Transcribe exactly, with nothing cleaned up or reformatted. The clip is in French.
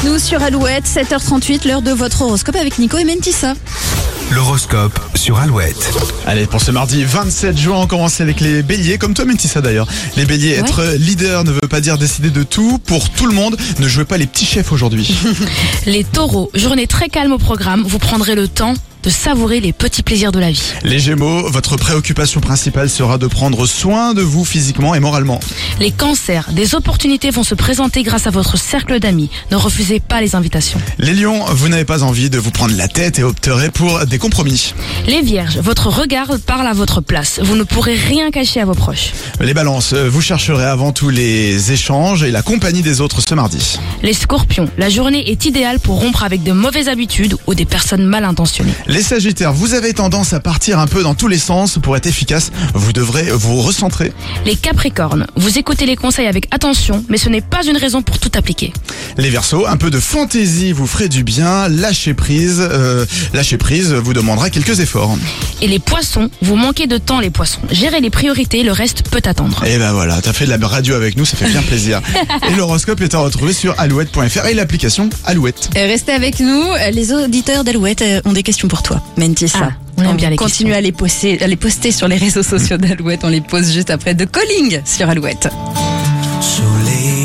avec nous sur Alouette, sept heures trente-huit, l'heure de votre horoscope avec Nico et Mentissa. L'horoscope sur Alouette. Allez, pour ce mardi vingt-sept juin, on commence avec les béliers, comme toi Mentissa d'ailleurs. Les béliers, Ouais. être leader ne veut pas dire décider de tout pour tout le monde. Ne jouez pas les petits chefs aujourd'hui. Les taureaux, journée très calme au programme, vous prendrez le temps de savourer les petits plaisirs de la vie. Les gémeaux, votre préoccupation principale sera de prendre soin de vous physiquement et moralement. Les cancers, des opportunités vont se présenter grâce à votre cercle d'amis. Ne refusez pas les invitations. Les lions, vous n'avez pas envie de vous prendre la tête et opterez pour des compromis. Les vierges, votre regard parle à votre place. Vous ne pourrez rien cacher à vos proches. Les balances, vous chercherez avant tout les échanges et la compagnie des autres ce mardi. Les scorpions, la journée est idéale pour rompre avec de mauvaises habitudes ou des personnes mal intentionnées. Les sagittaires, vous avez tendance à partir un peu dans tous les sens pour être efficace. Vous devrez vous recentrer. Les capricornes, vous écoutez les conseils avec attention, mais ce n'est pas une raison pour tout appliquer. Les verseaux, un peu de fantaisie vous ferait du bien. Lâcher prise, euh, lâcher prise vous demandera quelques efforts. Et les poissons, vous manquez de temps les poissons. Gérez les priorités, le reste peut attendre. Et ben voilà, t'as fait de la radio avec nous, ça fait bien plaisir. Et l'horoscope est à retrouver sur alouette point f r et l'application Alouette. Euh, Restez avec nous, les auditeurs d'Alouette euh, ont des questions pour toi, Mentissa. Ah, on aime bien les continue questions. à les, poster, à les poster sur les réseaux sociaux d'Alouette, on les pose juste après de Calling sur Alouette. Sous les